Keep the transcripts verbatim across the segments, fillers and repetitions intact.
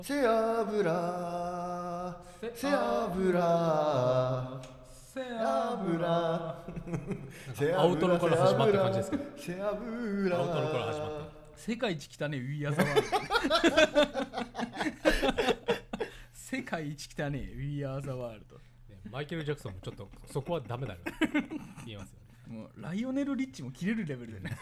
背脂背脂背脂アウトロから始まった感じですか。 背脂アウトロから始まった。 世界一汚ねえウィーアザワールド世界一汚ねえウィーアザワールド、 ね、マイケル・ジャクソンもちょっとそこはダメだよ言いますよね。 もうライオネル・リッチも切れるレベルでね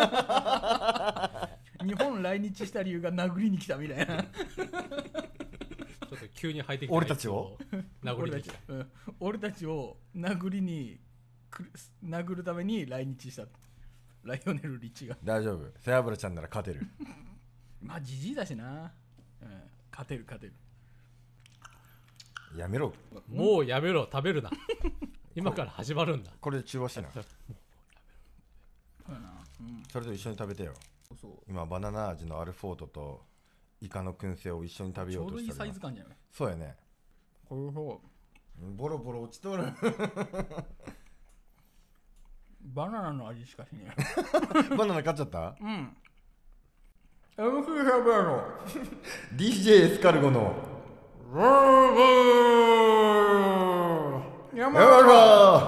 日本来日した理由が殴りに来たみたいなちょっと急に入ってきた俺たちを殴りに来た俺たち、うん、俺たちを殴りに殴るために来日したライオネル・リッチが。 大丈夫、背脂ちゃんなら勝てるまあジジイだしな、うん、勝てる勝てる。 やめろ、 もうやめろ、食べるな今から始まるんだ。 これで中和しなうん、 それと一緒に食べてよ。 そう今バナナ味のアルフォートとイカの燻製を一緒に食べようとしてる。 ちょうどいいサイズ感じゃない。 そうやね。 これそうボロボロ落ちとるバナナの味しかしねえバナナ買っちゃった。 うん エムシー シャベロディージェー エスカルゴの山やばろ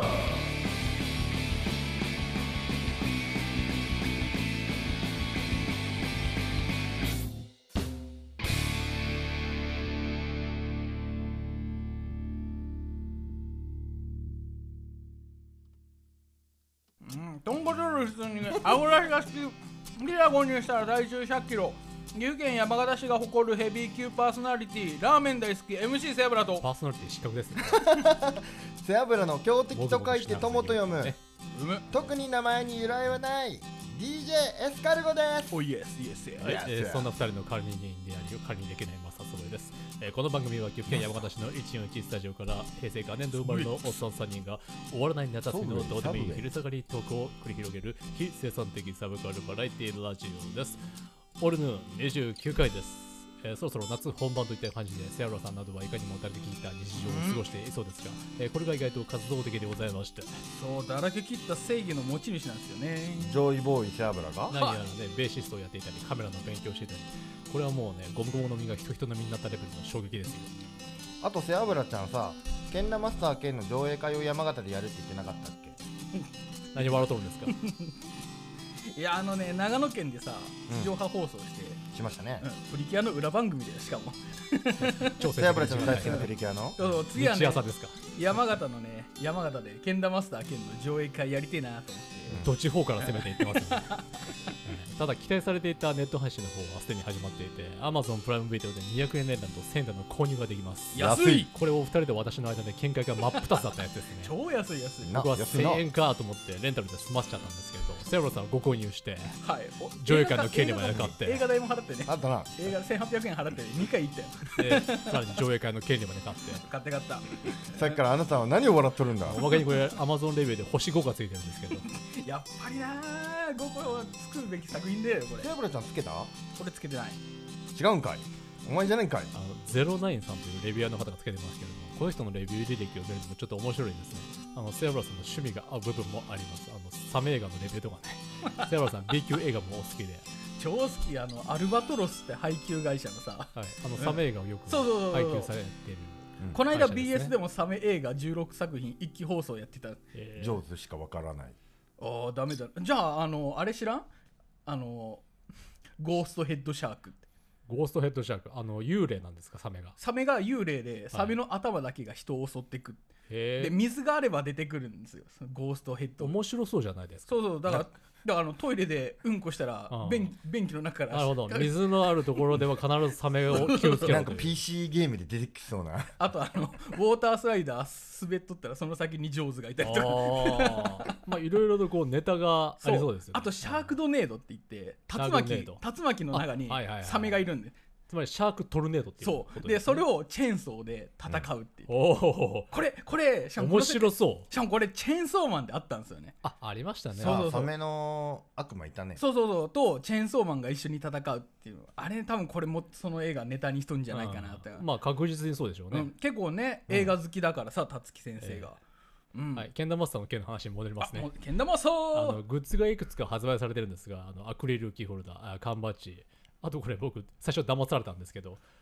豚骨の普通にね、油が好き、リラゴンにしたら体重ひゃっキロ。岐阜県山形市が誇るヘビー級パーソナリティ、ラーメン大好き エムシー セブラとパーソナリティ失格ですね背脂の強敵と書いて友と読む、 ね、 うむ特に名前に由来はない ディージェー エスカルゴです。 おイエスイエスイエス、 はい、えー、そんなふたりの管理人であり管理できないマサソロイです。えー、この番組は岐阜県山形市のいちよんいちスタジオから平成元年度生まれのおっさんさんにんが終わらない夏休みのどうでもいい昼下がりトークを繰り広げる非生産的サブカルバラエティラジオです。オルヌーにじゅうきゅうかいです。えー、そろそろ夏本番といった感じでセアロさんなどはいかにもたれてきた日常を過ごしていそうですが、えー、これが意外と活動的でございまして、 そうだらけ切った正義の持ち主なんですよね。 上位ボーイ背脂が何やらねベーシストをやっていたりカメラの勉強していたり、これはもうねゴムゴムの実が人人の実になったレベルの衝撃ですよ。 あと背脂ちゃんさ、ケンラマスター兼の上映会を山形でやるって言ってなかったっけ何笑うとるんですかいやあのね、長野県でさうん地上波放送して、 しましたね、 うん、プリキュアの裏番組でしかも超背脂ちゃんの大好きなプリキュアのそうそう次はね日朝ですか。 山形のね山形でケンダマスター兼の上映会やりてえなと思って、 ど地方から攻めていってますよねただ期待されていたネット配信の方はすでに始まっていて Amazon プライムビデオでにひゃくえん値段とせんえんの購入ができます。 安い。 これをふたりで私の間で見解が真っ二つだったやつですね超安い安い。 な僕は安いなせんえんかと思ってレンタルで済ませちゃったんですけど、セロさんはご購入してはいお上映会の権利まで買って映画代も払ってね、 あったな。 映画せんはっぴゃくえん払ってにかい行ったよでさらに上映会の権利まで買って買って買ったさっきからあなたは何を笑っとるんだ。 おまけにこれ Amazon レビューで星ごがついてるんですけどやっぱりなーごこは作るべき作品だよこれ。 背脂ちゃんつけた？ これつけてない。 違うんかい、お前じゃないんかい。 あのゼロナインさんというレビュアーの方がつけてますけれども、この人のレビュー履歴を見るのもちょっと面白いですね。あのセアブラさんの趣味が合う部分もあります。あのサメ映画のレビューとかねセアブラさん B 級映画もお好きで、 超好き。あのアルバトロスって配給会社のさ、 はい、あのサメ映画をよくそうそうそうそう配給されている、 うんこの間会社ですねビーエス でもサメ映画じゅうろくさく品一気放送やってた。 えー上手しかわからない。 ああダメだ。じゃああのあれ知らん？あのゴーストヘッドシャークって。 ゴーストヘッドシャーク、あの幽霊なんですか、サメが。 サメが幽霊でサメの頭だけが人を襲ってく、 へえ、 で水があれば出てくるんですよ、そのゴーストヘッド。 面白そうじゃないですか。 そうそう、だからだからあのトイレでうんこしたらああ便便器の中からなるほど、水のあるところでは必ずサメを気をつけなんかろというピーシー ゲームで出てきそうなあとあのウォータースライダー滑っとったらその先にジョーズがいたりとか。 あーまあいろいろとこうネタがありそうですよね。 あとシャークドネードって言ってシ竜巻ャークドネード竜巻の中にあはいはいはいはいサメがいるんで、 つまりシャークトルネードっていうそことうでそれををチェーンソーで戦うっていう、 おおこれこれしかもこ面の白そう。 しかもこれチェーンソーマンであったんですよね。 あ、ありましたね。 そうそうそうあサメの悪魔いたね。 そうそうそうとチェーンソーマンが一緒に戦うっていう、あれ多分これもその映画ネタにしとんじゃないかなって、 うんまあ確実にそうでしょうね。 うん、結構ね映画好きだからさ辰木先生が、うんはい、ケンダマスターの件の話に戻りますねあもう。けん玉そあのうグッズがいくつか発売されてるんですが、あのアクリルキーホルダー、あ缶バッジ、あとこれ僕最初騙されたんですけど、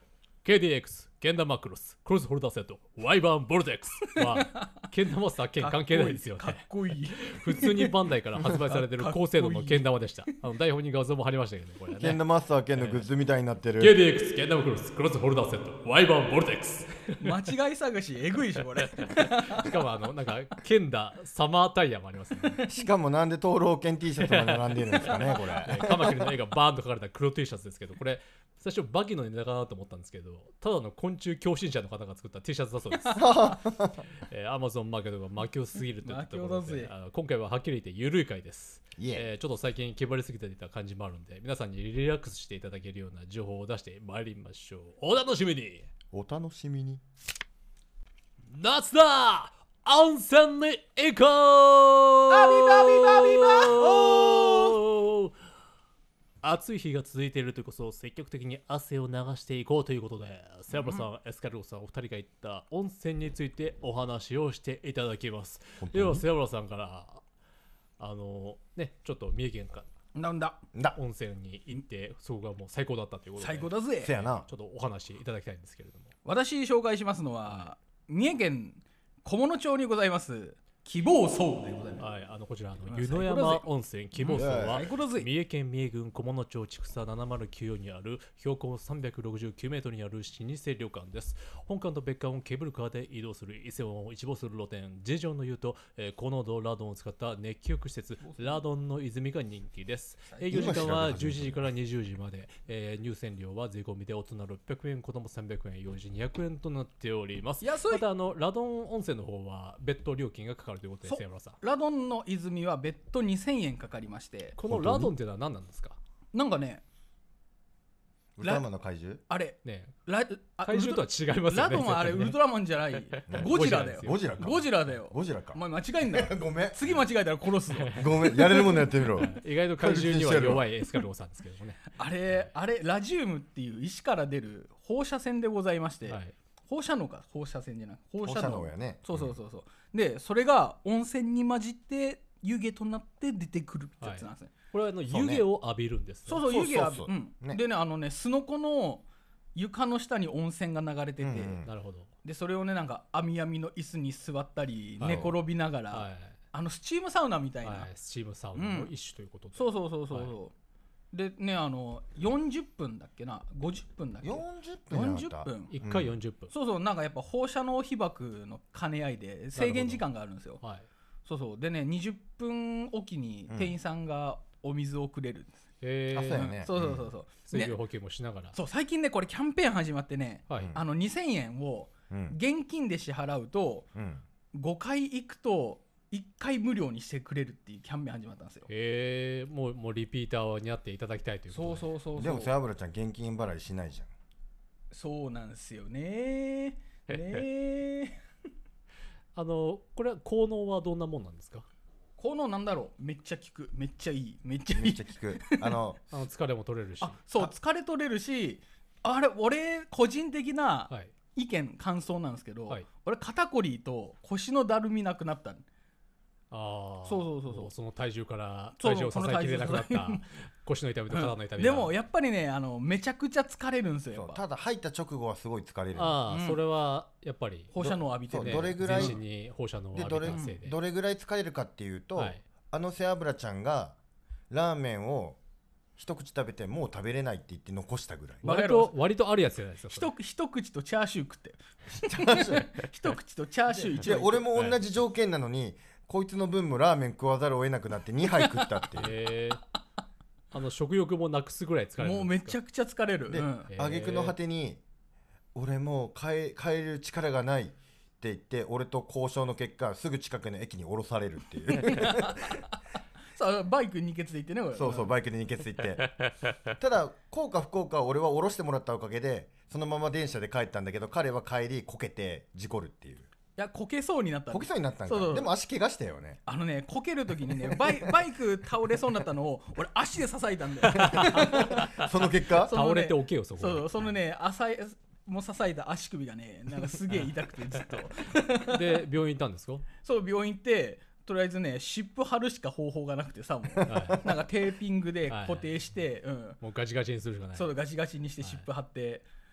ケーディーエックス、ケンダマクロス、クロスホルダーセット、ワイバーンボルテックスは、ケンダマスター剣関係ないですよね。 かっこいい。 普通にバンダイから発売されてる高精度のけん玉でした。あの台本に画像も貼りましたけどね、これね。 ケンダマスター剣のグッズみたいになってる。 ケーディーエックス、ケンダマクロス、クロスホルダーセット、ワイバーンボルテックス。 間違い探しえぐいしこれ。 しかもあの、なんか、ケンダサマータイヤもありますね。 しかもなんで灯籠剣 T シャツが並んでるんですかね、これ。 えーカマキリの絵がバーンと描かれた黒 T シャツですけど、これ最初バギのネタかなと思ったんですけど、ただの昆虫狂信者の方が作った T シャツだそうです。えー、Amazon マーケットが魔境すぎるといったところで、あの今回ははっきり言って緩い回です。えー、ちょっと最近気張りすぎていた感じもあるんで、皆さんにリラックスしていただけるような情報を出してまいりましょう。お楽しみに。 お楽しみに。 夏だ、温泉に行こう。 バビバビバビバおー。 暑い日が続いているとこそ積極的に汗を流していこうということで、セアブラさん、エスカルゴさんお二人が言った温泉についてお話をしていただきます。ではセアブラさんからあのね、ちょっと三重県かなんだ温泉に行ってそこがもう最高だったということで、 最高だぜ。 せやな。 ちょっとお話いただきたいんですけれども、 私紹介しますのは三重県菰野町にございます希望荘でございます。 はい、あのこちらあのうん湯の山温泉希望荘は最高だぜ。 三重県三重郡菰野町畜産ななまるきゅうよんにある標高さんびゃくろくじゅうきゅうメートルにある老舗旅館です。本館と別館をケーブルカーで移動する伊勢湾を一望する露天、ジェジョンの湯と、えー、高濃度ラドンを使った熱気浴施設ラドンの泉が人気です。営業時間はじゅういちじからにじゅうじまで、えー、入船料は税込みで大人ろっぴゃくえん、子供さんびゃくえん、幼児にひゃくえんとなっております。 安い。 またあのラドン温泉の方は別途料金がかかるということです。山田さん、 ラドンの泉は別途にせんえんかかりまして、 このラドンっていうのは何なんですか？ なんかね、 ウルトラマンの怪獣あれね、 ラあ怪獣とは違いますよね。 ラドンはあれウルトラマンじゃないゴジラだよ。 ゴジラか。 ゴジラだよ。 ゴジラかお。前間違えんだよ。 ごめん。 次間違えたら殺すぞ。 ごめん。やれるもんやってみろ。 意外と怪獣には弱いエスカルゴさんですけどもね。 あれあれラジウムっていう石から出る放射線でございまして、 はい、 放射能か放射線じゃない放射能。 放射能やね。 そうそうそうそう。でそれが温泉に混じって湯気となって出てくるってやつなんですね。 はい、これはあのそうね湯気を浴びるんです、ね。 そうそう湯気浴びそうそうる。うんねでねあのねすのこの床の下に温泉が流れてて、 うんうんなるほど。 でそれをねなんか網網の椅子に座ったり、 はい寝転びながら、 はいあのスチームサウナみたいな、 はい、スチームサウナの一種ということで。 そうそうそうそうそう、 はいでねあのよんじゅっぷんだっけなごじゅっぷんだっけよんじゅっぷんよんじゅっじゃなかったぷんいっかいよんじゅっぷん。 そうそうなんかやっぱ放射能被曝の兼ね合いで制限時間があるんですよ。 はい。 そうそうでねにじゅっぷんおきに店員さんがお水をくれるんです、 えー、 あそうやねそうそうそうそう、ね水分補給もしながら。 そう最近ねこれキャンペーン始まってね、 はい。 あのにせんえんをうん現金で支払うとうんごかい行くといっかい無料にしてくれるっていうキャンペーン始まったんですよ。 えー、もうもうリピーターになっていただきたいということで。 そうそうそうそうでもさ、油ちゃん現金払いしないじゃん。 そうなんですよねねえあのこれは効能はどんなもんなんですか？ このなんだろうめっちゃ効くめっちゃいいめっちゃいいめっちゃ聞く。あの、 あの疲れも取れるし。 あそう疲れ取れるしあれ俺個人的なはい。 意見感想なんですけど、 はい。 俺肩こりと腰のだるみなくなったああ。 そうそうそうそうもその体重からそう体重を支えきれなくなった腰の痛みと肩の痛みが、 でもやっぱりねあのめちゃくちゃ疲れるんですよやっぱそうただ入った直後はすごい疲れる。 ああ、 うんそれはやっぱり放射能を浴びてそうねどれぐらい全身に放射能を浴でどれびたせいで。 どれぐらい疲れるかっていうと、 はい。 あの背脂ちゃんがラーメンを一口食べてもう食べれないって言って残したぐらい。 割と割とあるやつじゃないですか。それ一一口とチャーシュー食ってチャーシュー一口とチャーシュー一で枚俺も同じ条件なのに、こいつの分もラーメン食わざるを得なくなってにはい食ったっていう。 えー、あの食欲もなくすぐらい疲れるんですか？ もうめちゃくちゃ疲れる、 でうんへー挙句の果てに俺もう帰帰れる力がないって言って俺と交渉の結果すぐ近くの駅に降ろされるっていうさあバイク二欠で行ってねこれそうそうバイクで二欠行ってただ幸か不幸か俺は降ろしてもらったおかげでそのまま電車で帰ったんだけど彼は帰りこけて事故るっていういやこけそうになったんこけそうになったんかそうそうでも足怪我したよねあのねこけるときにねバイバイク倒れそうになったのを俺足で支えたんだよその結果そのね倒れておけよそこそうそうそのね浅いもう支えた足首がねなんかすげえ痛くてずっとで病院行ったんですか？ そう病院行ってとりあえずね湿布貼るしか方法がなくてさもうはなんかテーピングで固定して、うん、 もうガチガチにするしかない。 そうガチガチにして湿布貼って、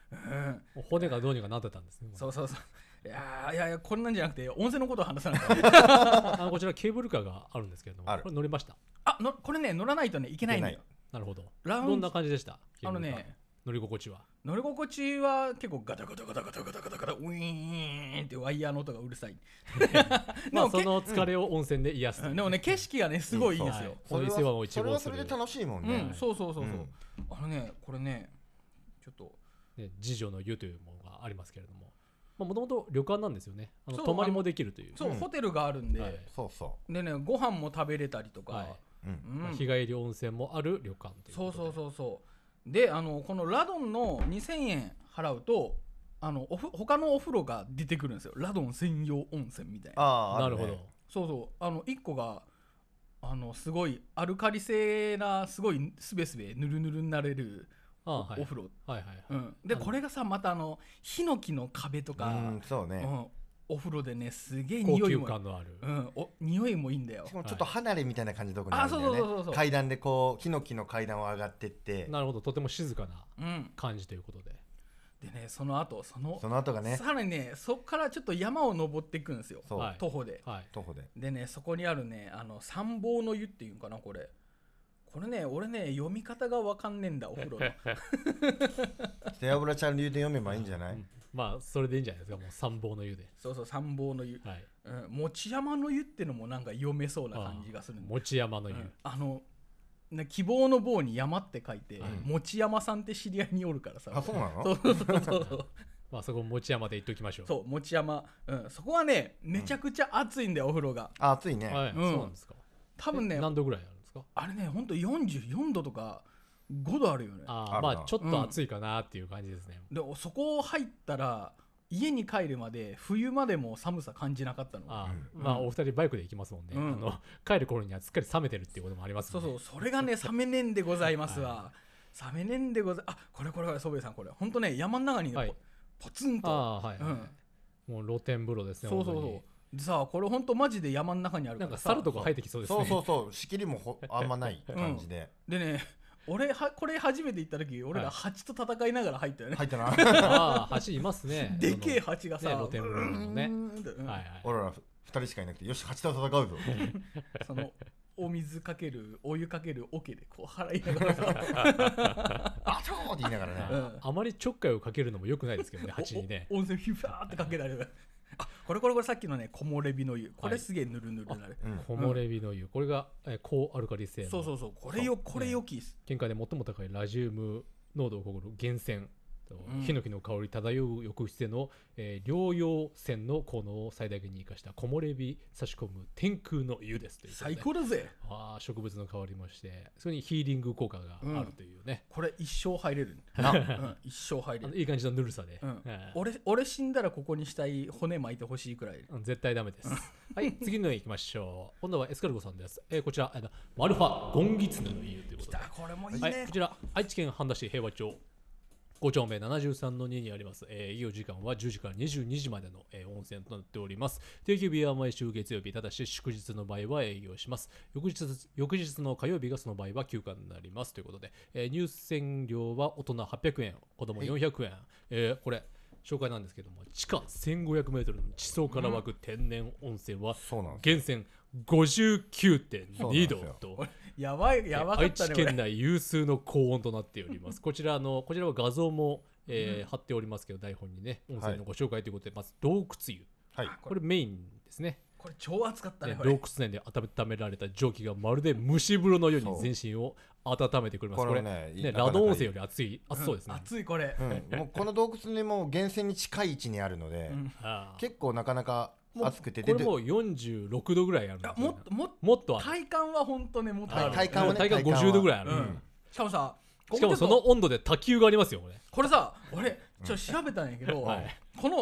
うん骨がどうにかなってたんですね。 そうそうそう。いやーいやいやこんなんじゃなくて温泉のことを話さないとあのこちらケーブルカーがあるんですけれども、 あるこれ乗りました。 あのこれね乗らないとねいけないんだよ。 なるほど。 ラウンどんな感じでした？ あのケーブルカーね乗り心地は。 乗り心地は結構ガタガタガタガタガタガタガタウィーンってワイヤーの音がうるさい。 まあそけの疲れを温泉で癒すという。 うんでもね景色がねすごいいいんですよ。 そういう伊勢湾を一それ望するはそれで楽しいもんうねん、そうそうそうそう、 うんあのねこれねちょっとね、次女の湯というものがありますけれども、もともと旅館なんですよね。あのそう泊まりもできるという。 そう、 うんホテルがあるんで、 はいそうそでねご飯も食べれたりとか、 はい、 ううんうんまあ日帰り温泉もある旅館というそうそうう。 そうそうであのこのラドンのにせんえん払うとあのおふ他のお風呂が出てくるんですよ。ラドン専用温泉みたいな。 ああなるほど。 そうそうあのいっこがあのすごいアルカリ性なすごいすべすべぬるぬるになれるああ、はい、 お風呂、 はいはいはい。 うん、であのこれがさまたあのヒノキの壁とか、 うんそうねうん、お風呂でねすげえ高級匂いも感のある。 うん、お匂いもいいんだよし。かもちょっと離れみたいな感じのところにあるんだあそうそうそうそうよね階段でこうヒノキの階段を上がってってなるほど、とても静かなうん、 感じということで。 でねその後そのその後がねさらにねそこからちょっと山を登っていくんですよそうはい徒歩で。 はい。 徒歩ででねそこにあるねあの参謀の湯っていうのかなこれ。これね俺ね読み方がわかんねえんだお風呂の。 背脂ちゃん流で読めばいいんじゃないうんまあそれでいいんじゃないですか。もう参謀の湯で。 そうそう参謀の湯、 はい。 うん、持山の湯ってのもなんか読めそうな感じがするんだ。 持山の湯。 うんあのね希望の棒に山って書いて、 はい持山さんって知り合いにおるからさ。 あそうなのそうそうそうそうまあそこ持山で言っておきましょう。 そう持山、うん、そこはねめちゃくちゃ暑いんだよ、お風呂があ暑いねはい、 うんそうなんですか。 多分ねえ何度ぐらいあるんですか？ あれねほんとよんじゅうよんどとかごどあるよね。 ああ、 あるなまあちょっと暑いかなっていう感じですね。 でそこ入ったら家に帰るまで冬までも寒さ感じなかったの。 ああ、 うんまあお二人バイクで行きますもんね。 うんあの帰る頃にはすっかり冷めてるっていうこともありますそもね。 うんそうそれがね冷めねんでございますわ、冷めねんでございあこれこれこれ祖父江さんこれほんとね山の中にね、 はいポポツンとああ、はい、はいうんもう露天風呂ですね。 そうそう本当にそうでさこれほんとマジで山の中にあるかなんからさ猿とか生えてきそうですね。 そうそうそう仕切りもほあんまない感じででね俺はこれ初めて行った時俺ら蜂と戦いながら入ったよね、 入ったなああ、蜂いますね。 でけえ蜂がさ、 ね露天風呂のねうーんってうんはいはい。 俺らふたりしかいなくてよし蜂と戦うぞそのお水かけるお湯かける桶でこう払いながらさ、 あちょーって言いながらねうんあまりちょっかいをかけるのも良くないですけどね、蜂にね。 おお温泉ヒューってかけられるあこれこれこれさっきのね木漏れ日の湯これすげえぬるぬるなる、 うん木漏れ日の湯、これが、えー高アルカリ性のそうそうそうこれよこれよきっす、 県下で最も高いラジウム濃度を誇る源泉と、 うんヒノキの香り漂う浴室での、えー療養泉の効能を最大限に生かした木漏れ日差し込む天空の湯ですということで最高だぜあー植物の香りもしてそれにヒーリング効果があるというね、 これ一生入れる、 なうん、一生入れる、 あのいい感じのぬるさで、 うんえー俺俺死んだらここにしたい骨巻いてほしいくらいうん絶対ダメですはい次の行きましょう今度はエスカルゴさんです、えーこちらあのマルファゴンギツネの湯ということでだこれもいいね、 はい、こちら愛知県半田市平和町ご丁目ななじゅうさんのににあります、えー、営業時間はじゅうじからにじゅうにじまでの、えー温泉となっております定休日は毎週月曜日ただし祝日の場合は営業します翌日翌日の火曜日がその場合は休暇になりますということで、えー入泉料は大人はっぴゃくえん子供よんひゃくえん、えーこれ紹介なんですけども地下せんごひゃくメートルの地層から湧く天然温泉はそうなんです源泉 ごじゅうきゅうてんにどそうなんですとやばいやばか愛ったね知県内有数の高温となっておりますこちらのこちらは画像も、えー貼っておりますけど台本にね温泉のご紹介ということで、まず洞窟湯はいこれメインですねこれ超熱かったねねこれ洞窟内で温められた蒸気がまるで蒸し風呂のように全身を温めてくれますこれこれねねなかなかラド温泉より熱い熱そうですね、 熱いこれ、 うんもうこの洞窟にもう源泉に近い位置にあるのでうんあー結構なかなかもう暑くてこれもうよんじゅうろくどぐらいあるんいやですよもっともっともっとある体感は本当ねもっとある体感はね体感ごじゅうどぐらいある、 うんしかもさここちょっとしかもその温度で滝湯がありますよこれこれさ俺ちょっと調べたんやけど、 はいこの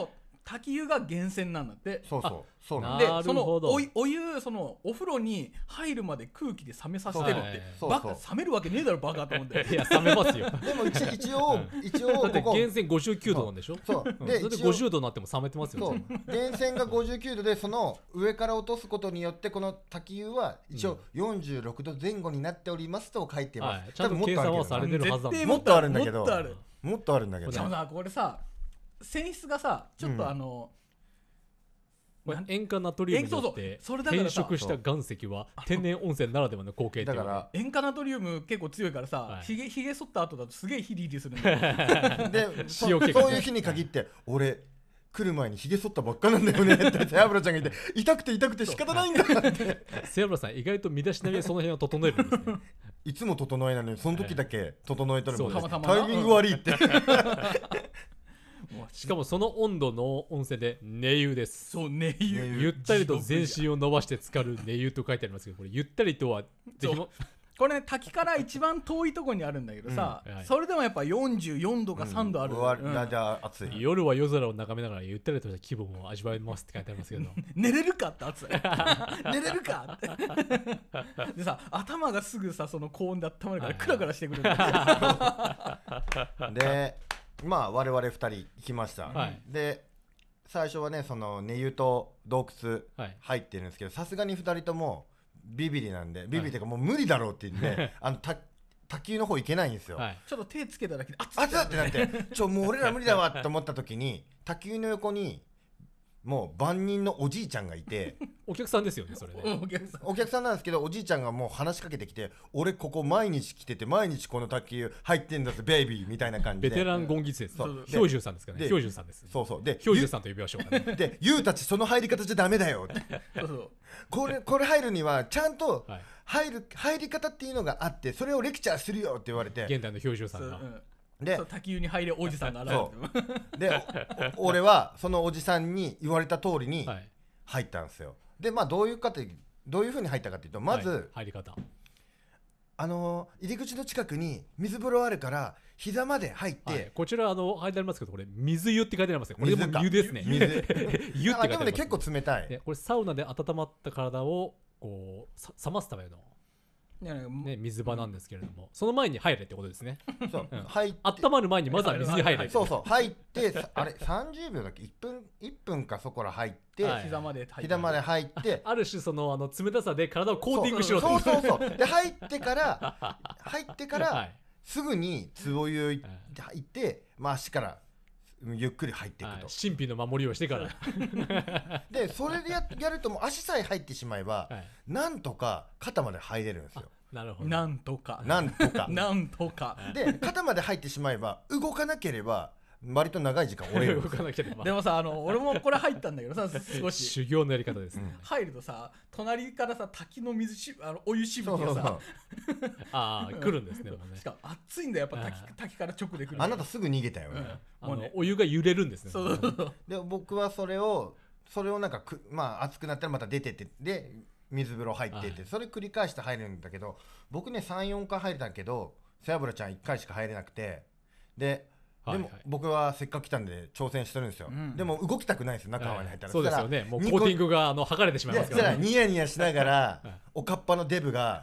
滝湯が源泉なんだって。 そうそうそうなんなだでそのなるほどおいお湯そのお風呂に入るまで空気で冷めさせてるって、 そうバカそう冷めるわけねえだろバカと思っていや冷めますよ。 でも一一応一応だってここ源泉ごじゅうきゅうどなんでしょ。 そううんで一応それでごじゅうどになっても冷めてますよそうね。 源泉がごじゅうきゅうどでその上から落とすことによってこの滝湯は一応よんじゅうろくどぜん後になっておりますと書いてます、 はい、ちゃんと計算はされてるはずなんで絶対す。 もっとあるんだけどもっとある。 もっとあるんだけどでもさこれさ泉質がさちょっとあの、 これ塩化ナトリウムによっえそうてそうそれだからさ変色した岩石は天然温泉ならではの光景っていうだから塩化ナトリウム結構強いからさ、 はいひげひげ剃った後だとすげえヒリヒリするんだよでそ塩気がそういう日に限って俺来る前にひげ剃ったばっかなんだよねって背脂ちゃんが言って痛くて痛くて仕方ないんだって背脂さん意外と身だしなみでその辺を整えるんですね。 いつも整えなのにその時だけ整えとるもん、 そうたまたまタイミング悪いってもうしかもその温度の温泉で寝湯です。 そう寝湯寝湯ゆったりと全身を伸ばして浸かる寝湯と書いてありますけど、これゆったりとはぜひもこれね滝から一番遠いところにあるんだけどさ、 うんはいそれでもやっぱよんじゅうよんどかさんどある、 うわうんじゃあ暑い夜は夜空を眺めながらゆったりとした気分を味わえますって書いてありますけど寝れるかって熱い寝れるかってでさ頭がすぐさその高温で温まるからクラクラしてくるんだよでまあ我々ふたり行きました、 はいで最初はねその寝湯と洞窟はい入ってるんですけどさすがにふたりともビビリなんでビビリっていうかもう無理だろうって言ってあのた滝湯の方行けないんですよ、 はいちょっと手つけただけで熱熱っってなってちょもう俺ら無理だわって思った時に滝湯の横にもう万人のおじいちゃんがいてお客さんですよねそれで、 うんお客さんお客さんなんですけどおじいちゃんがもう話しかけてきて俺ここ毎日来てて毎日この滝湯入ってんだぜベイビーみたいな感じでベテランゴンギツです。 そう標準さんですかね。 で標準さんです。 そうそうで標準さんと呼びましょうかね。 ゆでゆうたちその入り方じゃダメだよってそうそうこれこれ入るにはちゃんとはい。 入る入り方っていうのがあってそれをレクチャーするよって言われて現代の標準さんが。 そううんでそう滝湯に入れおじさんが現れてでおお俺はそのおじさんに言われた通りにはい。 入ったんですよ。でまあどういうかってどういう風に入ったかっていうとまず、 はい入り方。 あのー入り口の近くに水風呂あるから膝まで入って、 はい、こちらあの書いてありますけどこれ水湯って書いてありますよ。これで水かも湯ですね。 水湯って書いてあります。 あでもね結構冷たい、 ねこれサウナで温まった体をこうさ冷ますための、 いやなんかね、水場なんですけれども、その前に入れってことですね。 そう、 うん入って温まる前にまずは水に入れ。 そうそう入ってさあれさんじゅうびょうだっけいっぷんいっぷんかそこら入って、 はい膝まで入って膝まで入ってある種そのあの冷たさで体をコーティングしろと。 そうそうそうそうで入ってから入ってから、 はいすぐにつぼ湯い入って、まあ、足からゆっくり入っていくはいと、 神秘の守りをしてから。 でそれで や, やるともう足さえ入ってしまえば、 はいなんとか肩まで入れるんですよなるほど。 なんとかなんとかなんとかで肩まで入ってしまえば動かなければ割と長い時間折れるん動ですよかなければでもさあの俺もこれ入ったんだけどさ少し修行のやり方ですね。 入るとさ隣からさ滝の水しあのお湯しぶそうそうそうきがさああ来るんですね。もうねしかも熱いんだよやっぱ滝はい滝から直で来るあなたすぐ逃げたよね、 あもうねのお湯が揺れるんですね。 そうそうそうで僕はそれをそれをなんかくまあ熱くなったらまた出てってで水風呂入ってって、 はいそれ繰り返して入るんだけど僕ね さん,よん 回入れたけど背脂ちゃんいっかいしか入れなくてででもはいはい僕はせっかく来たんで挑戦してるんですよ、 うんでも動きたくないですよ中まで入ったら、 そうですよね。もうコニコーティングがあの剥がれてしまいでそしたらますからね。 ニヤニヤしながらはいおかっぱのデブが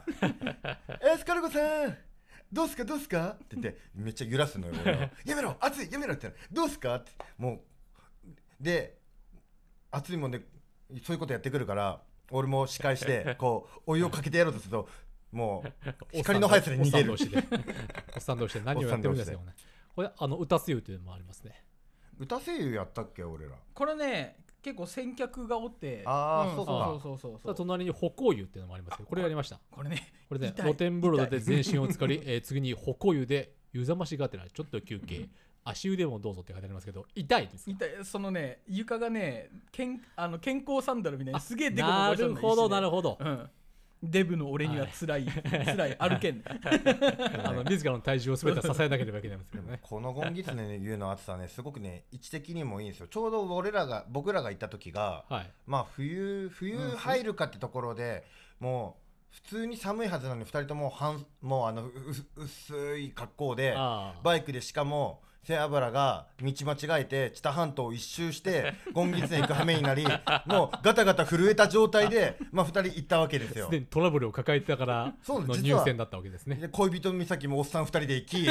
「エスカルゴさんどうすかどうすか?」って言ってめっちゃ揺らすのよ俺をやめろ熱いやめろ」って言ったら「どうすか?」ってもうで熱いもんでそういうことやってくるから俺も司会してこうお湯をかけてやろうとするともう光の速さで逃げるおっさん同士でおっさん同士で何をやってるんですよね。これあの歌つゆというのもありますね。 歌声優やったっけ俺らこれね結構先客がおってあーんそうかそうそうそうただそう隣に歩行湯っていうのもありますけど、これやりました。 これねこれで痛い露天風呂で全身を浸かり、えー次に歩行湯で湯冷ましがてらちょっと休憩、足湯でもどうぞって書いてありますけど、痛いですか。 痛いそのね床がねけんあの健康サンダルみたいにすげえデコボなコしてるほどなるほほど。 うんデブの俺には辛い辛い歩けんあの自らの体重を全て支えなければいけないんですけどね。 このゴンギツネの湯の暑さねすごくね位置的にもいいんですよ。ちょうど俺らが僕らが行った時がはい。 まあ冬冬入るかってところで、もう普通に寒いはずなのにふたりとも半もうあのう薄い格好でああ。 バイクでしかも背脂が道間違えて知多半島を一周してゴンギツネ行く羽目になりもうガタガタ震えた状態で、まあ、ふたり行ったわけですよ。 すでにトラブルを抱えてたからの入選だったわけですね。 で恋人岬もおっさんふたりで行き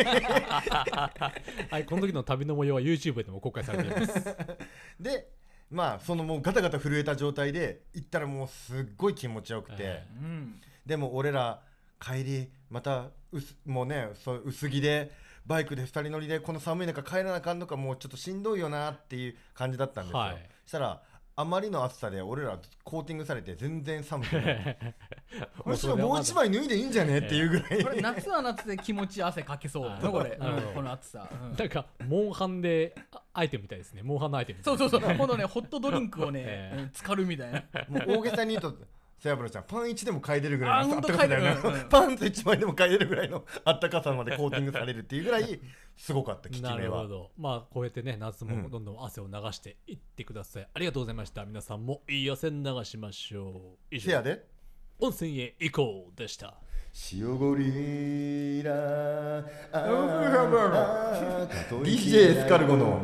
はい、この時の旅の模様は YouTube でも公開されていますでまあそのもうガタガタ震えた状態で行ったらもうすっごい気持ちよくて、 えうん、 でも俺ら帰りまたうすもうねそ薄着でバイクでふたり乗りでこの寒い中帰らなあかんのかもうちょっとしんどいよなっていう感じだったんですよ、 はい、 したらあまりの暑さで俺らコーティングされて全然寒くないむしろもう一枚脱いでいいんじゃねっていうぐらいこれ夏は夏で気持ち汗かけそうだねこれ、うん、この暑さ、うん、 なんかモンハンでアイテムみたいですね。モンハンのアイテムそうそうそう今度ねホットドリンクをね、えー、浸かるみたいなもう大げさに言うと背脂ちゃんパンいちでも買えれるぐらいのああったかさだよね、 うん、 パンツいちまいでも買えれるぐらいのあったかさまでコーティングされるっていうぐらいすごかった効き目は。 なるほど。まあこうやってね夏もどんどん汗を流していってください、うん、ありがとうございました。皆さんもいい汗流しましょう。以上せやで温泉へ行こうでした。 塩ゴリラ ディージェー エスカルゴの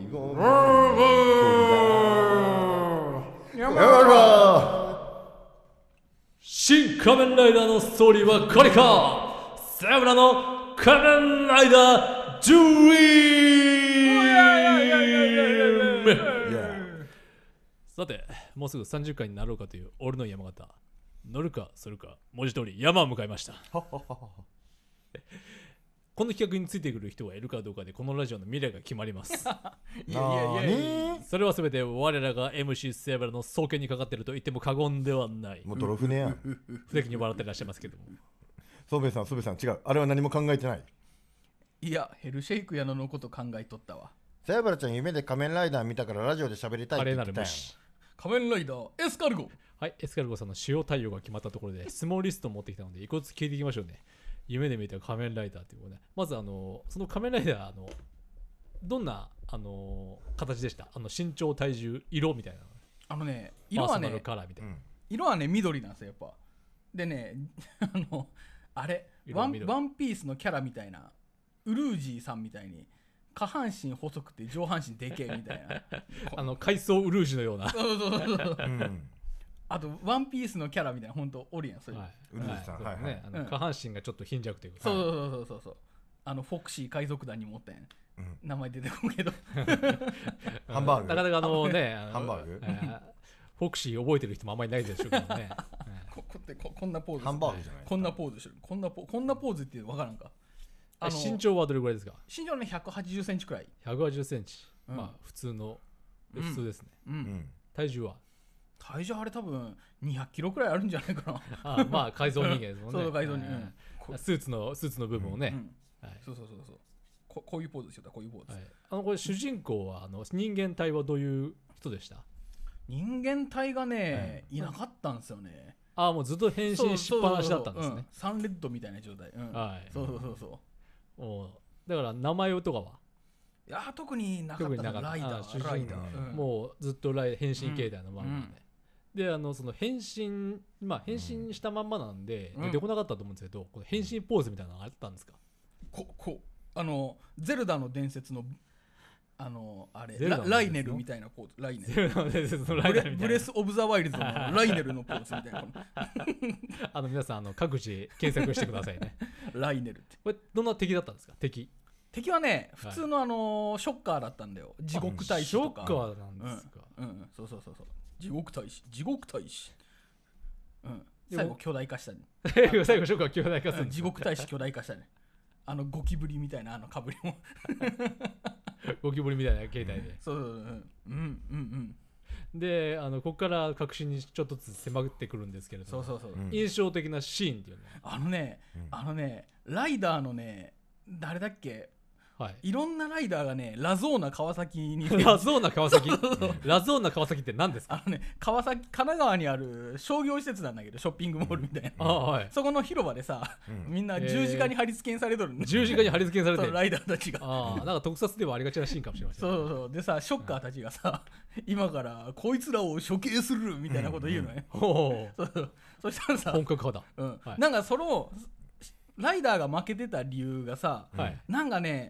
やばい新仮面ライダーのストーリーはこれか。背脂の仮面ライダードリーム。さてもうすぐさんじゅっかいになろうかという俺の山形、乗るかそるか文字通り山を迎えましたこの企画についてくる人がいるかどうかでこのラジオの未来が決まりますいやいやいやいやそれは全て我らが エムシー セーブラの双肩にかかっていると言っても過言ではない。 もう泥船や不敵に笑ってらっしゃいますけども宗兵衛さん宗兵衛さん違う、あれは何も考えてない。 いやヘルシェイクやののこと考えとったわ。 背脂ちゃん夢で仮面ライダー見たからラジオで喋りたいって言ってたやん。 仮面ライダーエスカルゴ。 はい、エスカルゴさんの主要対応が決まったところで質問リストを持ってきたので一個ずつ聞いていきましょうね。夢で見た仮面ライダーということで、まずあのその仮面ライダーのどんなあの形でした？あの身長、体重、色みたいな。 あのね、色はね、 パーソナルカラーみたいな、うん、 色はね緑なんですよやっぱ。でね、あのあれワン、ワンピースのキャラみたいなウルージーさんみたいに下半身細くて上半身でけえみたいなあの海藻ウルージュのような。 そうそうそうそう。うんあとワンピースのキャラみたいな本当おるやんそれ、はい、 ウルーさん、はいはいね、あの下半身がちょっと貧弱というか、 そうそうそうそうそう、あのフォクシー海賊団にもおったんや、うん、名前出てこんけどハンバーグなかなかあのねハンバーグ、 えー、フォクシー覚えてる人もあんまりないでしょうけどねこ, こ, ってここんなポーズハンバーグじゃないこんなポーズしてるこんなポこんなポーズって分からんか。 あの身長はどれぐらいですか？ 身長はねひゃくはちじゅっセンチくらい。 ひゃくはちじゅっセンチ、うん、まあ普通の、 うん、 普通ですね、 うんうん、 体重は体重あれ多分にひゃくキロくらいあるんじゃないかなああまあ改造人間ですもんねそう改造人間、 うん、スーツのスーツの部分をね、うんはい、そうそうそうそう こ, こういうポーズしようたこういうポーズ、 はい、あのこれ主人公はあの人間体はどういう人でした？ 人間体がね、うん、いなかったんですよね。 ああもうずっと変身しっぱなしだったんですね。 そうそうそうそう、うん、サンレッドみたいな状態、うん、はい、そうそうそうそうおだから名前とかはいや特になかったなライダーライダー、 うん、もうずっとライ変身形態のままで、うんうんであのその変身まあ変身したまんまなんで、うん、出てこなかったと思うんですけど、この変身ポーズみたいなのがあったんですか？ ここあのゼルダの伝説のあのあれ ラ, ライネルみたいなポーズライネルゼルダの伝説のライネルみたいなブレスオブザワイルドのライネルのポーズみたいなあの皆さんあの各自検索してくださいねライネルってこれどんな敵だったんですか？敵敵はね普通のあのショッカーだったんだよ。地獄大使とかショッカーなんですか？ うん、うん、そうそうそうそう地獄大使地獄大使うん最後巨大化したね最後ショッカー巨大化する、 うん、地獄大使巨大化したねあのゴキブリみたいなあのかぶりもゴキブリみたいな形態で、うん、 そううんうんうんであのここから確信にちょっとずつ迫ってくるんですけれども、 そうそうそう、 うん、印象的なシーンっていうのはあのね、うん、あのねライダーのね誰だっけはい、いろんなライダーがねラゾーナ川崎にラゾーナ川崎ラゾーナ川崎って何ですか？ あのね川崎神奈川にある商業施設なんだけどショッピングモールみたいな、 うんはい、 そこの広場でさ、うん、みんな十字架に貼り付けされとるん、 えー、十字架に貼り付けされてるライダーたちがあなんか特撮ではありがちなシーンかもしれません、 ね、そうそうでさショッカーたちがさ、うん、今からこいつらを処刑するみたいなこと言うのね、うんうん、そうそうそしたらさ本格派だ、うんはい、なんかそのライダーが負けてた理由がさ、はい、なんかね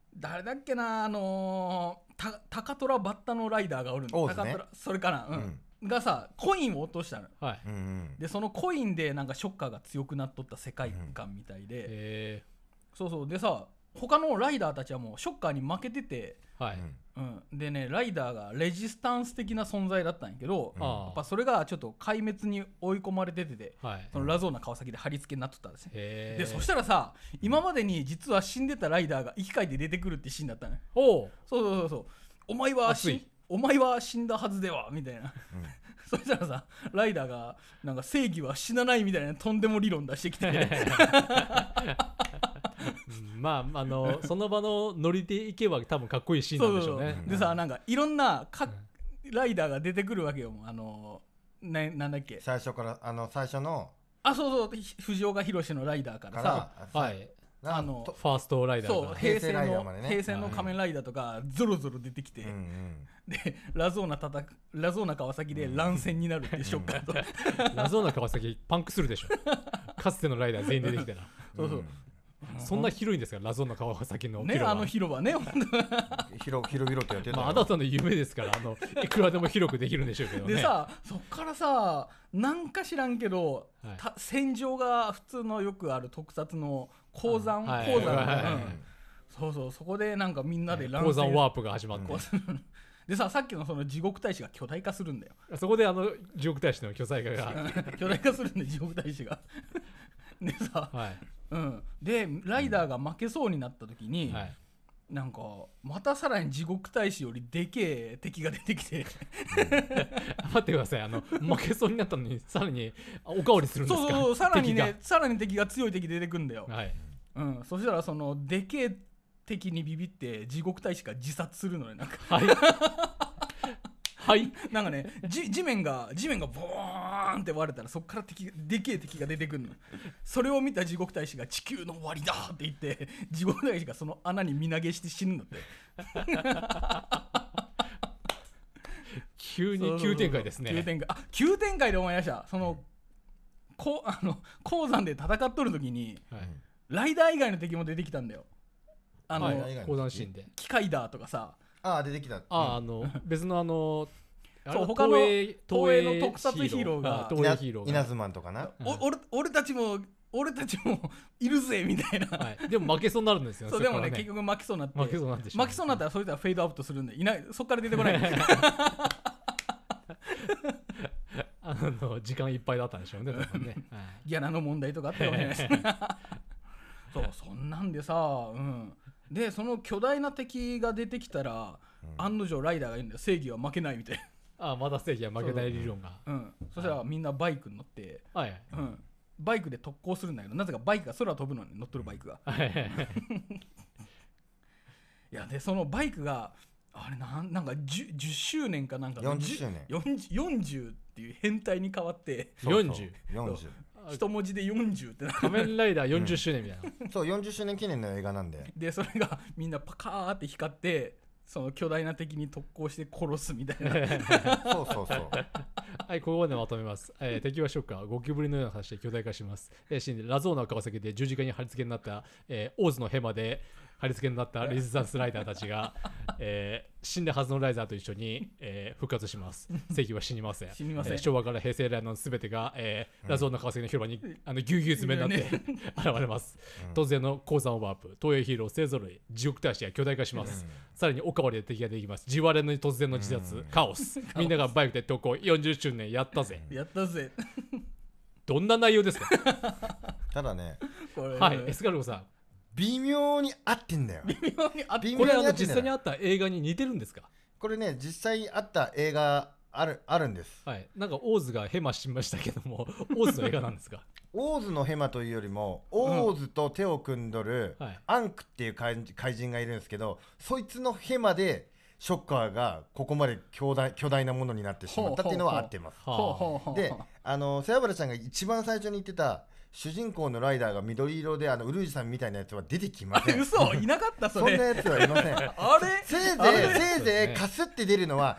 誰だっけな、あのー、た高虎バッタのライダーがおるんだ、 オーズね高虎それかな、うんうんがさコインを落としたの。 はい。 うんうんでそのコインでなんかショッカーが強くなっとった世界観みたいで、 えそうそうでさ他のライダーたちはもうショッカーに負けてて、 ー、はい。 うん、でねライダーがレジスタンス的な存在だったんやけど、 うんやあっぱそれがちょっと壊滅に追い込まれててて、 あ。はい。 そのラゾーナ川崎で貼り付けになっとったんですね。 へでそしたらさ今までに実は死んでたライダーが生き返って出てくるってシーンだったのよ。 おう。 そうそうそうそうお前は熱いしお前は死んだはずではみたいな、 うんそしたらさライダーがなんか正義は死なないみたいなとんでも理論出してきてうんまああのその場のノリでいけば多分かっこいいシーンなんでしょうね。 でさなんかいろんなかライダーが出てくるわけよ。あのななんだっけ最初からあの最初のあそうそうひ藤岡弘のライダーからさからはい。 なあのとファーストライダーが。 そう平成平成ライダーのまでね平成の仮面ライダーとかゾロゾロ出てきて、 うんうんでラゾーナたたくラゾーナ川崎で乱戦になるっていうショッカーと、 ラゾーナ川崎パンクするでしょ。かつてのライダー全員出てきたら。 そうそう、 そんな広いんですかラゾーナ川崎のね広場。 あの広場ね本当広広々とやってたよまあ、あなたの夢ですから、あのいくらでも広くできるんでしょうけどね。 でさそっからさなんか知らんけど、 はいた戦場が普通のよくある特撮の鉱山、 はい鉱山、 はいはいはいうんそうそうそこでなんかみんなで乱鉱山ワーープが始まって、 でささっきのその地獄大使が巨大化するんだよそこであの地獄大使の巨大化が、 巨大化するんで地獄大使がでさ、 はいうん、でライダーが負けそうになった時に、 はい、 なんかまたさらに地獄大使よりでけえ敵が出てきて待ってください、あの負けそうになったのにさらにあおかわりするんですか。 そうそうそうさらにね敵さらに敵が強い敵出てくんだよ、 がはい、 うん、そしたらそのでけえ敵にビビって地獄大使が自殺するのよなんかはいはいなんかねじ地面が地面がボーンって割れたらそっから敵でけえ敵が出てくるの。それを見た地獄大使が地球の終わりだって言って地獄大使がその穴に身投げして死ぬのって急に急展開ですね。 急展開あ急展開で思い出したそのこあの鉱山で戦っとる時にはいライダー以外の敵も出てきたんだよ。あの、 はい、講談シーンで。 機械だとかさああ出てきたああ、あの別のあのあれそう他の東映東映の特撮ヒーローがあ東映ヒーローが稲妻とかなお俺俺たちも俺たちもいるぜみたいな、 はい、でも負けそうになるんですよ。 そうでもねそこから結局負けそうになって負けそうになってしまう負けそうになったらそいつはフェードアウトするんでいないそっから出てこないあの時間いっぱいだったんでしょうね。多分ねはいギャラの問題とかあったかもしれないですそうそんなんでさ、うん、でその巨大な敵が出てきたら、 うん案の定ライダーがいるんだよ正義は負けないみたいあまだ正義は負けない理論が。 な、うん、そしたらみんなバイクに乗って、 はいはいうん、バイクで特攻するんだけどなぜかバイクが空飛ぶのに乗っとるバイクがはいはいはいいやでそのバイクがあれなんなんか 10, 10周年かなんかよんじゅっしゅうねんよんじゅう, よんじゅうっていう変態に変わってそうそうよんじゅうよんじゅう一文字でよんじゅうってな仮面ライダーよんじゅっしゅうねんみたいな。 そうよんじゅっしゅうねん記念の映画なんででそれがみんなパカーって光ってその巨大な敵に特攻して殺すみたいなそうそうそうはい、ここまでまとめます。えー敵はショッカー、ゴキブリのような形で巨大化します。えー、シーンでラゾーナ川崎で十字架に貼り付けになった、えーオーズのヘマで貼り付けになったレジスタンスライダーたちが、えー死んだはずのライダーと一緒に、えー復活します。正義は死にません。 死にませんえー昭和から平成来のすべてが、えーラゾーナ川崎の広場にあのぎゅうぎゅう詰めになって現れます。 うん突然の鉱山ワープ、東映ヒーロー勢ぞろい、地獄大使が巨大化します。さらにおかわりで敵ができます。地割れの突然の自殺、 うんカオス。みんながバイクで投稿、よんじゅっしゅうねんやったぜ。 やったぜどんな内容ですか。 ただねこれ、 はい、エスカルゴさん。 微妙に合ってんだよ微妙にあっ微これあの妙に合ってんだよ実際にあった映画に似てるんですか。 これね実際あった映画あるあるんですはい、なんかオーズがヘマしましたけども、オーズの映画なんですか。 オーズのヘマというよりもオーズと手を組んどるはいアンクっていう怪怪人がいるんですけどそいつのヘマでショッカーがここまで巨大巨大なものになってしまったっていうのは合ってますはあほうほうほうであの背脂ちゃんが一番最初に言ってた主人公のライダーが緑色であのウルージさんみたいなやつは出てきません嘘いなかったそれそんなやつはいませんあれせいぜあれいせいぜいかすって出るのは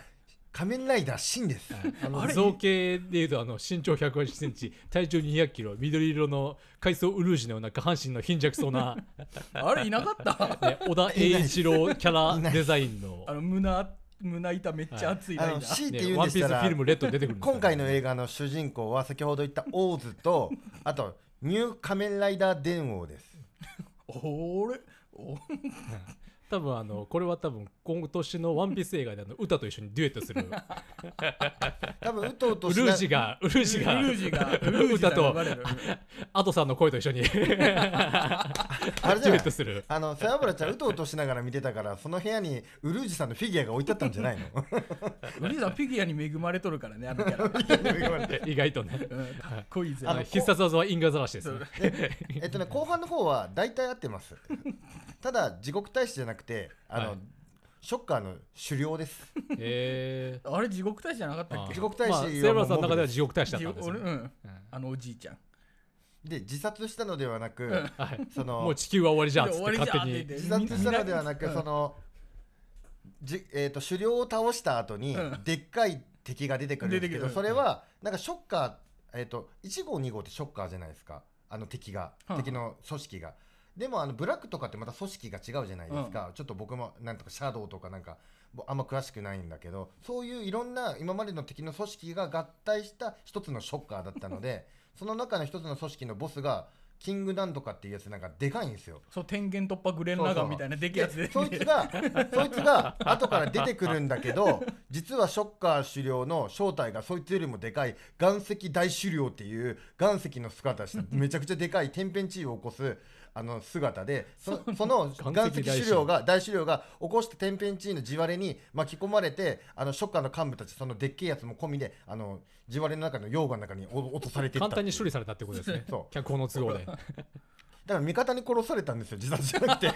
仮面ライダーシンです。 あの造形でいうとあの身長ひゃくはちじゅっセンチ体重にひゃくキロ緑色の海藻ウルージュのような下半身の貧弱そうなあれいなかった、 ね、小田栄一郎キャラデザインのあの胸胸板めっちゃ熱いライダー、はい、 強いて言うんでしたら、 ね、ワンピースフィルムレッド出てくるんですよ、ね、 今回の映画の主人公は先ほど言ったオーズとあとニュー仮面ライダー電王です。 おれお多分あのこれは多分今年のワンピース映画であの歌と一緒にデュエットする多分うとうとウルージがウルージがウルージがウルージ歌とアドさんの声と一緒にデュエットする。 あの背脂ちゃんうとうとしながら見てたからその部屋にウルージさんのフィギュアが置いてあったんじゃないのウルージさんフィギュアに恵まれとるからねあのキャラ意外とね、 うん、かっこいいぜ。 あの必殺技は因果ざらしです、ね、 えっとね後半の方は大体合ってます。ただ地獄大使じゃなくてあの、はい、ショッカーの狩猟です。 えー、 あれ地獄大使じゃなかったっけ？ 地獄大使は、まあ、 セーラーさんの中では地獄大使だったんですよ、ねうんうん、あのおじいちゃんで自殺したのではなく、 うん、 そのもう地球は終わりじゃんっつって勝手に自殺したのではなく、うん、そのじ、えー、と狩猟を倒した後に、うん、でっかい敵が出てくるんですけど、それはなんかショッカー、えー、といち号に号ってショッカーじゃないですか、あの敵が、うん、敵の組織が。でもあのブラックとかってまた組織が違うじゃないですか、うん、ちょっと僕もなんとかシャドウとかなんかあんま詳しくないんだけど、そういういろんな今までの敵の組織が合体した一つのショッカーだったのでその中の一つの組織のボスがキングなんとかっていうやつなんかでかいんですよ。 そう天元突破グレンラガンみたいなでけえやつで、 そいつがそいつが後から出てくるんだけど実はショッカー狩猟の正体がそいつよりもでかい岩石大狩猟っていう岩石の姿しためちゃくちゃでかい天変地異を起こすあの姿で そ, その岩石狩猟が大狩猟が起こした天変地異の地割れに巻き込まれて、あのショッカーの幹部たちそのでっけえやつも込みであの地割れの中の溶岩の中に落とされていった。 簡単に処理されたってことですね。そう脚本の都合でだから味方に殺されたんですよ、自殺じゃなくてだ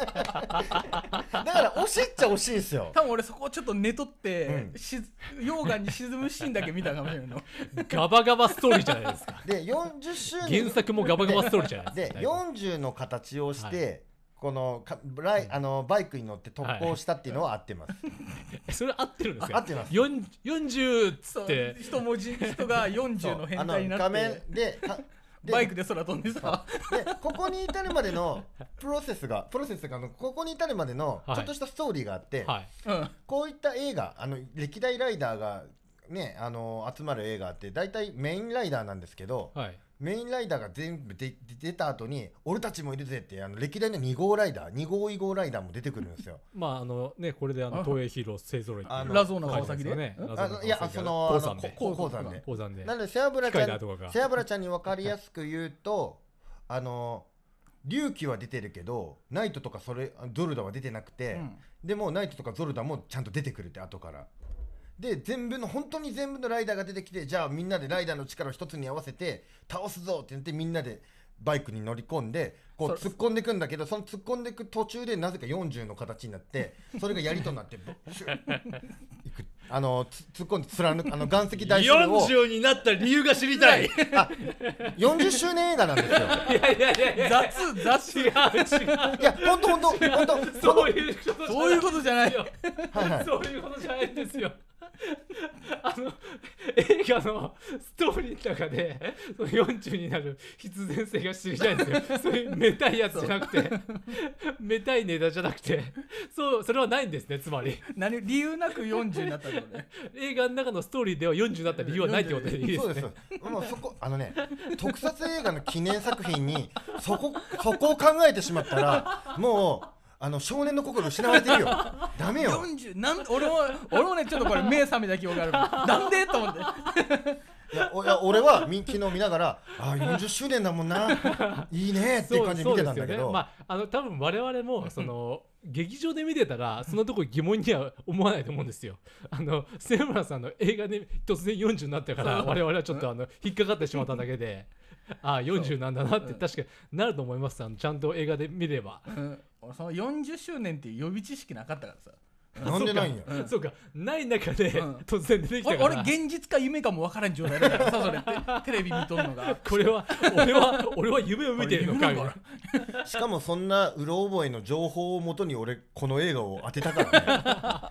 から惜しいっちゃ惜しいんですよ。 多分俺そこをちょっと寝とって、うん、し溶岩に沈むシーンだけ見たかもしれないのガバガバストーリーじゃないですか。 でよんじゅっしゅうねん原作もガバガバストーリーじゃないですか。 でよんじゅうの形をして、はい、このかライあのバイクに乗って特攻したっていうのは合ってます、はい、それ合ってるんですか？ 合ってます。 よんじゅうっつって人文字人がよんじゅうの変態になって画面でバイクで空飛んでさでここに至るまでのプロセスがプロセスがここに至るまでのちょっとしたストーリーがあって、はいはい、こういった映画あの歴代ライダーがねあの集まる映画って大体メインライダーなんですけど、はい、メインライダーが全部で出た後に俺たちもいるぜってあの歴代のに号ライダーに号以号ライダーも出てくるんですよ。 まああのねこれであの東映ヒーロー勢ぞろいっていうラゾーナ川崎でね、 いやその鉱山で鉱山で鉱山でなので背脂ちゃん背脂ちゃんに分かりやすく言うとあの龍騎は出てるけどナイトとかそれゾルダは出てなくて、うん、でもナイトとかゾルダもちゃんと出てくるって後からで全部の本当に全部のライダーが出てきて、じゃあみんなでライダーの力を一つに合わせて倒すぞって言ってみんなでバイクに乗り込んでこう突っ込んでいくんだけど、その突っ込んでいく途中でなぜかよんじゅうの形になってそれが槍となってあの突っ込んで貫くあの岩石大狩猟をよんじゅうになった理由が知りたいあよんじゅっしゅうねん映画なんですよ。いやいやいやいや雑雑違う違ういや本当本当本当そういうことそういうことじゃないよはい、はい、そういうことじゃないんですよ。あの映画のストーリーの中でそのよんじゅうになる必然性が知りたいんですよ。そういうめたいやつじゃなくてめたいネタじゃなくてそうそれはないんですね。つまり何理由なくよんじゅうになったのね映画の中のストーリーではよんじゅうになった理由はないってことでいいですね。 そうですもうそこあのね特撮映画の記念作品にそこそこを考えてしまったらもうあの少年の心失われてるよダメよよんじゅうなん俺も俺もねちょっとこれ目覚めた記憶があるなんでと思っていやおいや俺は昨日見ながらあよんじゅっしゅうねんだもんないいねっていう感じで見てたんだけど、 ね、まあ、あの多分我々もその劇場で見てたらそのとこ疑問には思わないと思うんですよ。あの瀬村さんの映画で突然よんじゅうになったから我々はちょっとあの引っかかってしまっただけでああよんじゅうなんだなって確かになると思います。あのちゃんと映画で見れば、うん、 そのよんじゅっしゅうねんっていう予備知識なかったからさなんでないんやそうか、うん、そうかない中で、うん、突然出てきたから俺現実か夢かも分からん状態だからさそれテレビ見とんのがこれは俺は俺は夢を見てるのかしかもそんなうろ覚えの情報をもとに俺この映画を当てたからね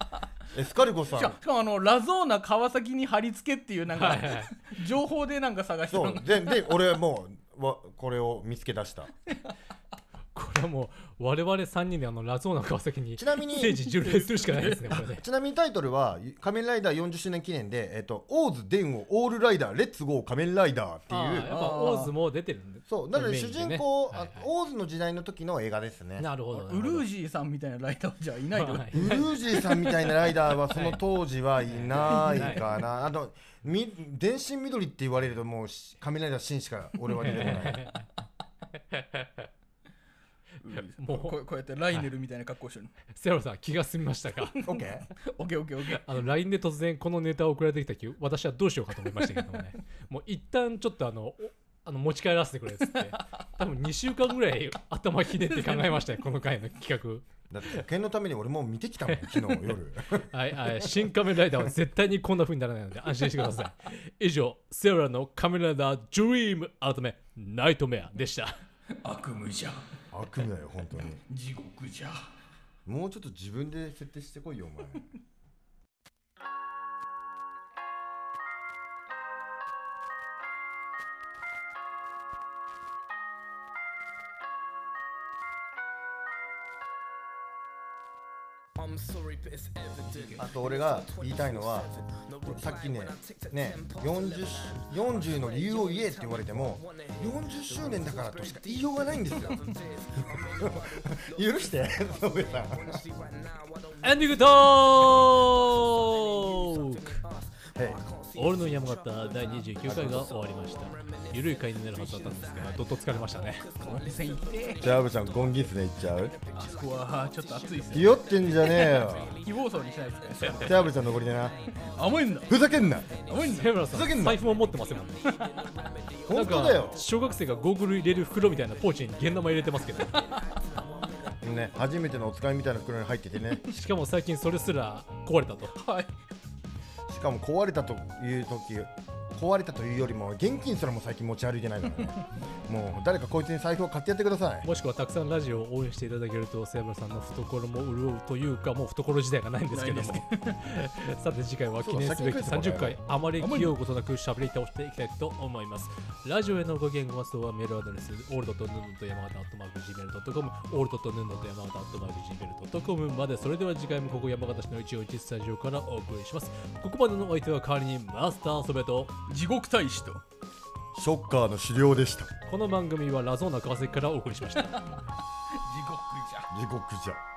エスカルゴさんしかしかもあのラゾーナ川崎に貼り付けっていうなんか、 はいはい情報でなんか探してそうでで俺はもうわこれを見つけ出した。 これはもう我々さんにんであのラゾーナ川崎にちなみに聖地巡礼するしかないですねこれね。 ちなみにタイトルは仮面ライダーよんじゅっしゅうねん記念で、えっと、オーズ電王オールライダーレッツゴー仮面ライダーってあーいうやっぱオーズも出てるんで。 そうなのでメインでね主人公、 はいはいあオーズの時代の時の映画ですね。 なるほど。 ウルージーさんみたいなライダーはじゃあいないと、 はいウルージーさんみたいなライダーはその当時はいないかな。あとみ電信緑って言われるともうし仮面ライダーシンしか俺は出てこない。 もうこうこうやってライネルみたいな格好してるの。 セロさん気が済みましたか？ オッケーオッケーオッケーオッケー。 あの ライン で突然このネタを送られてきた時私はどうしようかと思いましたけどもねもう一旦ちょっとあのおあの持ち帰らせてくれっつって多分にしゅうかんぐらい頭ひねって考えましたよこの回の企だって保険のために俺もう見てきたもん昨日夜。 画はい、はい、新仮面ライダーは絶対にこんな風にならないので安心してください。以上セロラの仮面ライダードリーム改めナイトメアでした。 悪夢じゃ、 悪夢だよ本当に。 地獄じゃ。 もうちょっと自分で設定してこいよお前。あと俺が言いたいのはさっきねねよんじゅう、よんじゅうの理由を言えって言われてもよんじゅっしゅうねんだからとしか言いようがないんですよ。許して野部さん。 エンディングトーク。俺の山形だいにじゅうきゅうかいが終わりました。ゆるい回になるはずだったんですがどっと疲れましたね。 温泉行ってじゃあアブちゃんゴンギツネいっちゃう？ あそこはちょっと暑いっすね。 ひよってんじゃねえよ。 非暴走にしないですね。 じゃあアブちゃん残りでな。 甘いんだふざけんな。 甘いんだ。 セムラさんふざけんな財布も持ってますもんね。 本当だよなんか小学生がゴーグル入れる袋みたいなポーチに現玉入れてますけどね、初めてのお使いみたいな袋に入っててね。 しかも最近それすら壊れたと。 はい。 しかも壊れたという時壊れたというよりも現金すらも最近持ち歩いてないからね。もう誰かこいつに財布を買ってやってください。 もしくはたくさんラジオを応援していただけるとセブラさんの懐も潤うというかもう懐自体がないんですけどもさて次回は記念すべきさんじゅっかいあまり気負うことなくしゃべり倒していきたいと思います。ラジオへのご意見ご感想はメールアドレスオールドとヌンノと山形アットマーク ジーメールドットコム オールドとヌンノと山形アットマーク ジーメールドットコム まで。それでは次回もここ山形市の一応一スタジオからお送りします。ここまでのお相手は代わりにマスターソベと地獄大使とショッカーの狩猟でした。 この番組はラゾーナ川崎からお送りしました。 地獄じゃ。 地獄じゃ。